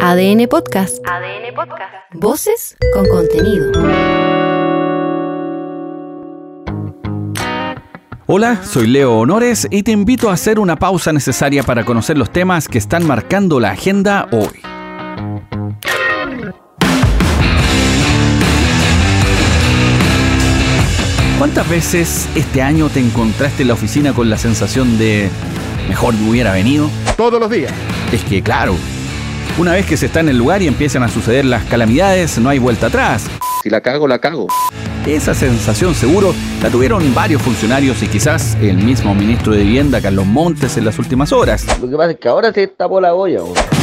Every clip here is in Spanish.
ADN Podcast. ADN Podcast. Voces con contenido. Hola, soy Leo Honores y te invito a hacer una pausa necesaria para conocer los temas que están marcando la agenda hoy. ¿Cuántas veces este año te encontraste en la oficina con la sensación de mejor me hubiera venido? Todos los días. Es que claro, una vez que se está en el lugar y empiezan a suceder las calamidades, no hay vuelta atrás. Si la cago, la cago. Esa sensación seguro la tuvieron varios funcionarios y quizás el mismo ministro de Vivienda, Carlos Montes, en las últimas horas. Lo que pasa es que ahora se tapó la olla.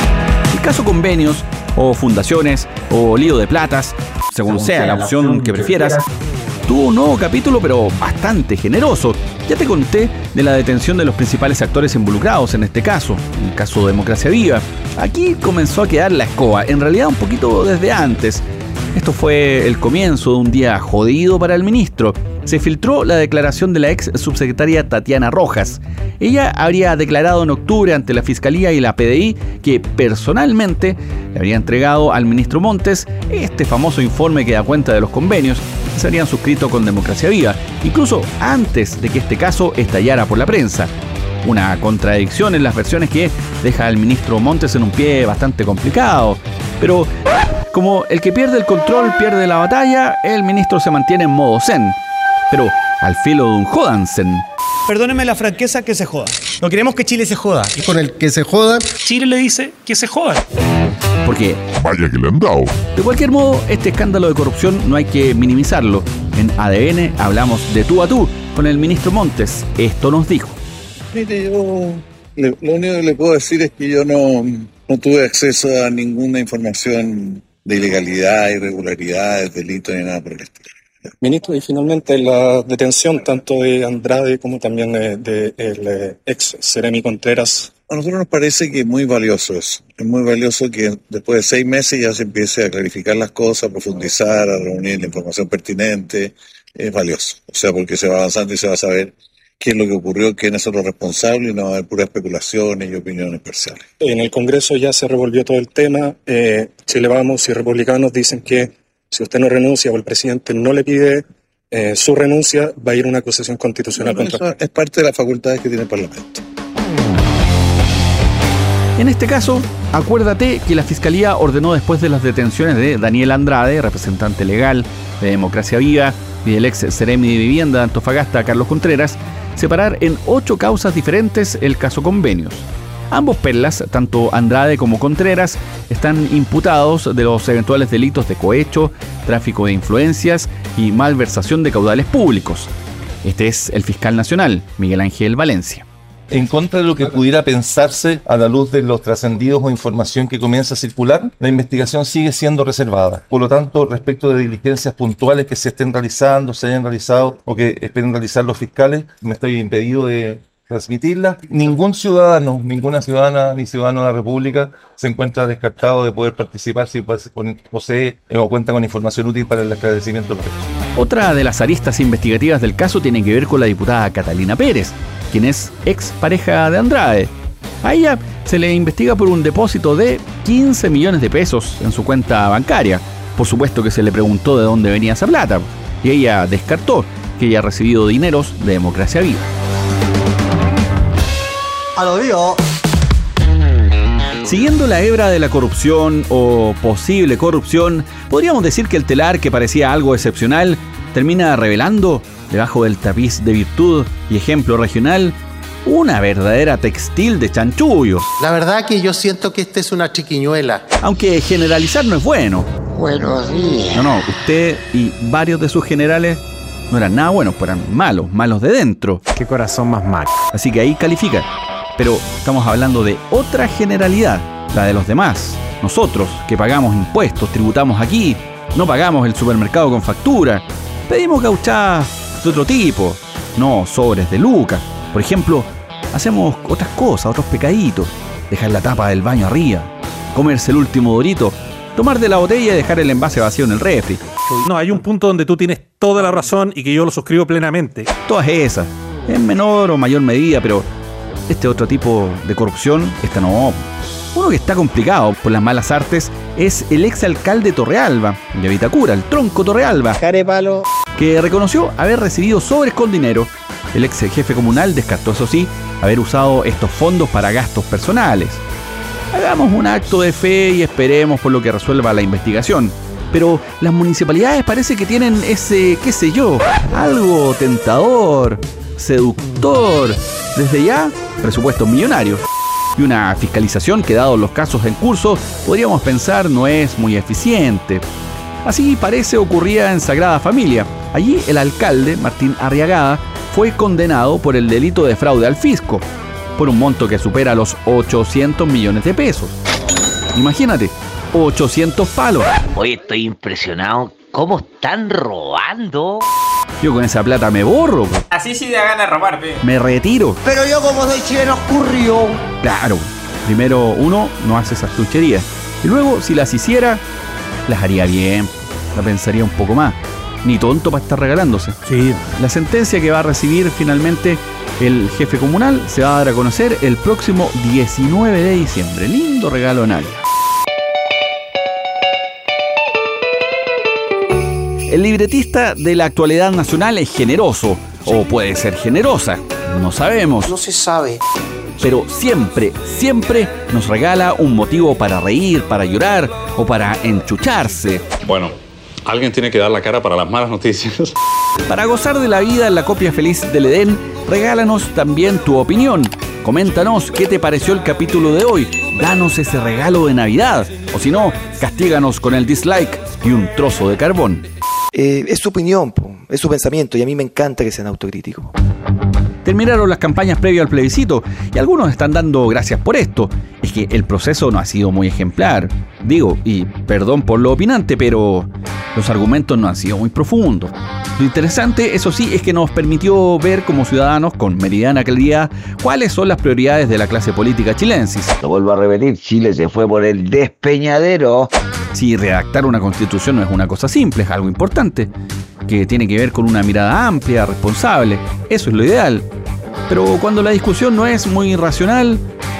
El caso convenios, o fundaciones, o lío de platas, según sea la opción que prefieras, tuvo un nuevo capítulo, pero bastante generoso. Ya te conté de la detención de los principales actores involucrados en este caso, el caso Democracia Viva. Aquí comenzó a quedar la escoba, en realidad un poquito desde antes. Esto fue el comienzo de un día jodido para el ministro. Se filtró la declaración de la ex subsecretaria Tatiana Rojas. Ella habría declarado en octubre ante la Fiscalía y la PDI que personalmente le habría entregado al ministro Montes este famoso informe que da cuenta de los convenios que se habrían suscrito con Democracia Viva, incluso antes de que este caso estallara por la prensa. Una contradicción en las versiones que deja al ministro Montes en un pie bastante complicado. Pero como el que pierde el control pierde la batalla, el ministro se mantiene en modo zen, pero al filo de un jodansen. Perdónenme la franqueza, que se joda. No queremos que Chile se joda. Y con el que se joda, Chile le dice que se joda. Porque, vaya que le han dado. De cualquier modo, este escándalo de corrupción no hay que minimizarlo. En ADN hablamos de tú a tú con el ministro Montes. Esto nos dijo. Mire, yo lo único que le puedo decir es que yo no tuve acceso a ninguna información de ilegalidad, irregularidades, delitos ni nada por el estilo. Ministro, y finalmente la detención tanto de Andrade como también de el ex Seremi Contreras. A nosotros nos parece que es muy valioso eso. Es muy valioso que después de 6 meses ya se empiece a clarificar las cosas, a profundizar, a reunir la información pertinente. Es valioso. O sea, porque se va avanzando y se va a saber qué es lo que ocurrió, quiénes son los responsables y no va a haber puras especulaciones y opiniones parciales. En el Congreso ya se revolvió todo el tema. Chile Vamos y republicanos dicen que si usted no renuncia o el presidente no le pide su renuncia, va a ir una acusación constitucional contra usted. Eso es parte de las facultades que tiene el Parlamento. En este caso, acuérdate que la Fiscalía ordenó después de las detenciones de Daniel Andrade, representante legal de Democracia Viva, y del ex Seremi de Vivienda de Antofagasta, Carlos Contreras, separar en 8 causas diferentes el caso Convenios. Ambos perlas, tanto Andrade como Contreras, están imputados de los eventuales delitos de cohecho, tráfico de influencias y malversación de caudales públicos. Este es el fiscal nacional, Miguel Ángel Valencia. En contra de lo que pudiera pensarse a la luz de los trascendidos o información que comienza a circular, la investigación sigue siendo reservada. Por lo tanto, respecto de diligencias puntuales que se estén realizando, se hayan realizado o que esperen realizar los fiscales, me estoy impedido de transmitirla. Ningún ciudadano, ninguna ciudadana ni ciudadano de la República se encuentra descartado de poder participar si posee o cuenta con información útil para el esclarecimiento del hecho. Otra de las aristas investigativas del caso tiene que ver con la diputada Catalina Pérez, quien es ex pareja de Andrade. A ella se le investiga por un depósito de 15 millones de pesos en su cuenta bancaria. Por supuesto que se le preguntó de dónde venía esa plata, y ella descartó que haya recibido dineros de Democracia Viva. a lo digo. Siguiendo la hebra de la corrupción o posible corrupción, podríamos decir que el telar que parecía algo excepcional termina revelando, debajo del tapiz de virtud y ejemplo regional, una verdadera textil de chanchullos. La verdad que yo siento que esta es una chiquiñuela. Aunque generalizar no es bueno. Buenos días. No, usted y varios de sus generales no eran nada buenos, pues eran malos de dentro. Qué corazón más malo. Así que ahí califica. Pero estamos hablando de otra generalidad, la de los demás. Nosotros, que pagamos impuestos, tributamos aquí, no pagamos el supermercado con factura, pedimos gauchadas de otro tipo, no sobres de lucas. Por ejemplo, hacemos otras cosas, otros pecaditos. Dejar la tapa del baño arriba, comerse el último dorito, tomar de la botella y dejar el envase vacío en el refri. No, hay un punto donde tú tienes toda la razón y que yo lo suscribo plenamente. Todas esas, en menor o mayor medida, pero este otro tipo de corrupción, esta no. Uno que está complicado por las malas artes es el exalcalde Torrealba, de Vitacura, el Tronco Torrealba, Carepalo. que reconoció haber recibido sobres con dinero. El ex jefe comunal descartó, eso sí, haber usado estos fondos para gastos personales. Hagamos un acto de fe y esperemos por lo que resuelva la investigación. Pero las municipalidades parece que tienen ese, qué sé yo, algo tentador, seductor. Desde ya, presupuestos millonarios. Y una fiscalización que, dados los casos en curso, podríamos pensar no es muy eficiente. Así parece ocurría en Sagrada Familia. Allí el alcalde, Martín Arriagada, fue condenado por el delito de fraude al fisco, por un monto que supera los 800 millones de pesos. Imagínate, 800 palos. Oye, estoy impresionado. ¿Cómo están robando? Yo con esa plata me borro. Así sí da ganas de robar, pe. Me retiro. Pero yo como soy chileno ocurrió. Claro, primero uno no hace esas chucherías. Y luego, si las hiciera, las haría bien. La pensaría un poco más. Ni tonto para estar regalándose. Sí. La sentencia que va a recibir finalmente el jefe comunal se va a dar a conocer el próximo 19 de diciembre. Lindo regalo a nadie. El libretista de la actualidad nacional es generoso, o puede ser generosa, no sabemos. No se sabe. Pero siempre, siempre nos regala un motivo para reír, para llorar o para enchucharse. Bueno, alguien tiene que dar la cara para las malas noticias. Para gozar de la vida en la copia feliz del Edén, regálanos también tu opinión. Coméntanos qué te pareció el capítulo de hoy. Danos ese regalo de Navidad. O si no, castíganos con el dislike y un trozo de carbón. Es su opinión, es su pensamiento, y a mí me encanta que sean autocríticos. Terminaron las campañas previas al plebiscito y algunos están dando gracias por esto. Es que el proceso no ha sido muy ejemplar. Digo, y perdón por lo opinante, pero los argumentos no han sido muy profundos. Lo interesante, eso sí, es que nos permitió ver como ciudadanos con meridiana claridad cuáles son las prioridades de la clase política chilensis. Lo vuelvo a repetir, Chile se fue por el despeñadero. Si redactar una constitución no es una cosa simple, es algo importante, que tiene que ver con una mirada amplia, responsable. Eso es lo ideal. Pero cuando la discusión no es muy racional,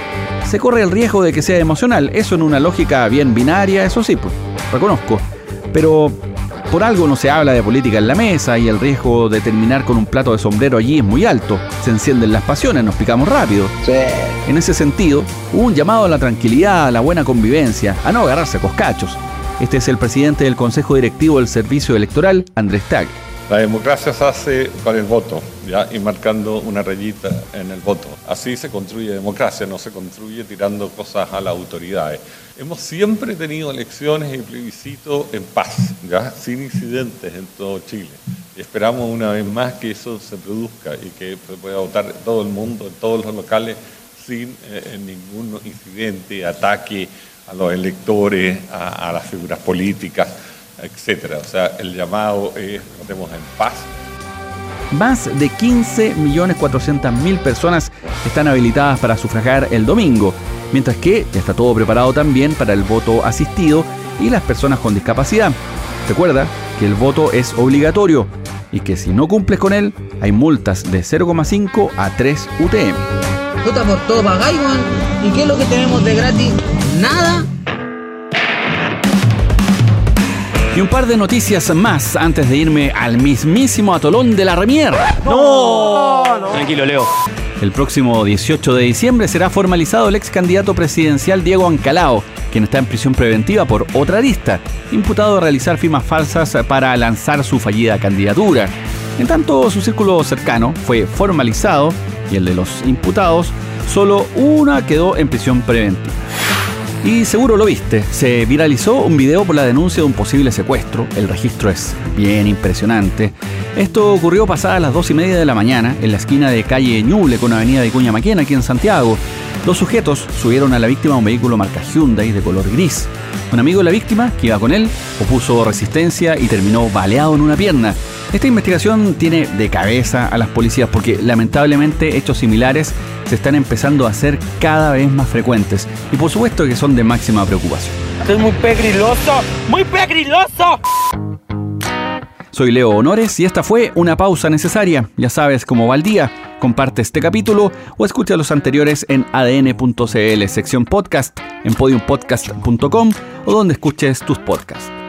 se corre el riesgo de que sea emocional. Eso en una lógica bien binaria, eso sí, pues, reconozco. Pero por algo no se habla de política en la mesa y el riesgo de terminar con un plato de sombrero allí es muy alto. Se encienden las pasiones, nos picamos rápido. Sí. En ese sentido, hubo un llamado a la tranquilidad, a la buena convivencia, a no agarrarse a coscachos. Este es el presidente del Consejo Directivo del Servicio Electoral, Andrés Tagle. La democracia se hace para el voto, ¿ya? Y marcando una rayita en el voto. Así se construye democracia, no se construye tirando cosas a las autoridades. Hemos siempre tenido elecciones y plebiscitos en paz, ¿ya? Sin incidentes en todo Chile. Y esperamos una vez más que eso se produzca y que se pueda votar todo el mundo, en todos los locales, sin ningún incidente, ataque a los electores, a las figuras políticas, etcétera. O sea, el llamado es votemos en paz. Más de 15.400.000 personas están habilitadas para sufragar el domingo, mientras que ya está todo preparado también para el voto asistido y las personas con discapacidad. Recuerda que el voto es obligatorio y que si no cumples con él, hay multas de 0,5 a 3 UTM. Puta, por todo pagáis, man. ¿Y qué es lo que tenemos de gratis? Nada. Y un par de noticias más antes de irme al mismísimo atolón de la Remier. ¡No! Tranquilo, Leo. El próximo 18 de diciembre será formalizado el ex candidato presidencial Diego Ancalao, quien está en prisión preventiva por otra arista, imputado de realizar firmas falsas para lanzar su fallida candidatura. En tanto, su círculo cercano fue formalizado y el de los imputados, solo una quedó en prisión preventiva. Y seguro lo viste, se viralizó un video por la denuncia de un posible secuestro. El registro es bien impresionante. Esto ocurrió pasadas las 2:30 de la mañana en la esquina de calle Ñuble con avenida Vicuña Maquena, aquí en Santiago. Los sujetos subieron a la víctima a un vehículo marca Hyundai de color gris. Un amigo de la víctima, que iba con él, opuso resistencia y terminó baleado en una pierna. Esta investigación tiene de cabeza a las policías porque lamentablemente hechos similares se están empezando a hacer cada vez más frecuentes y por supuesto que son de máxima preocupación. ¡Esto es muy pegriloso! ¡Muy pegriloso! Soy Leo Honores y esta fue una pausa necesaria. Ya sabes cómo va el día. Comparte este capítulo o escucha los anteriores en adn.cl, sección podcast, en podiumpodcast.com o donde escuches tus podcasts.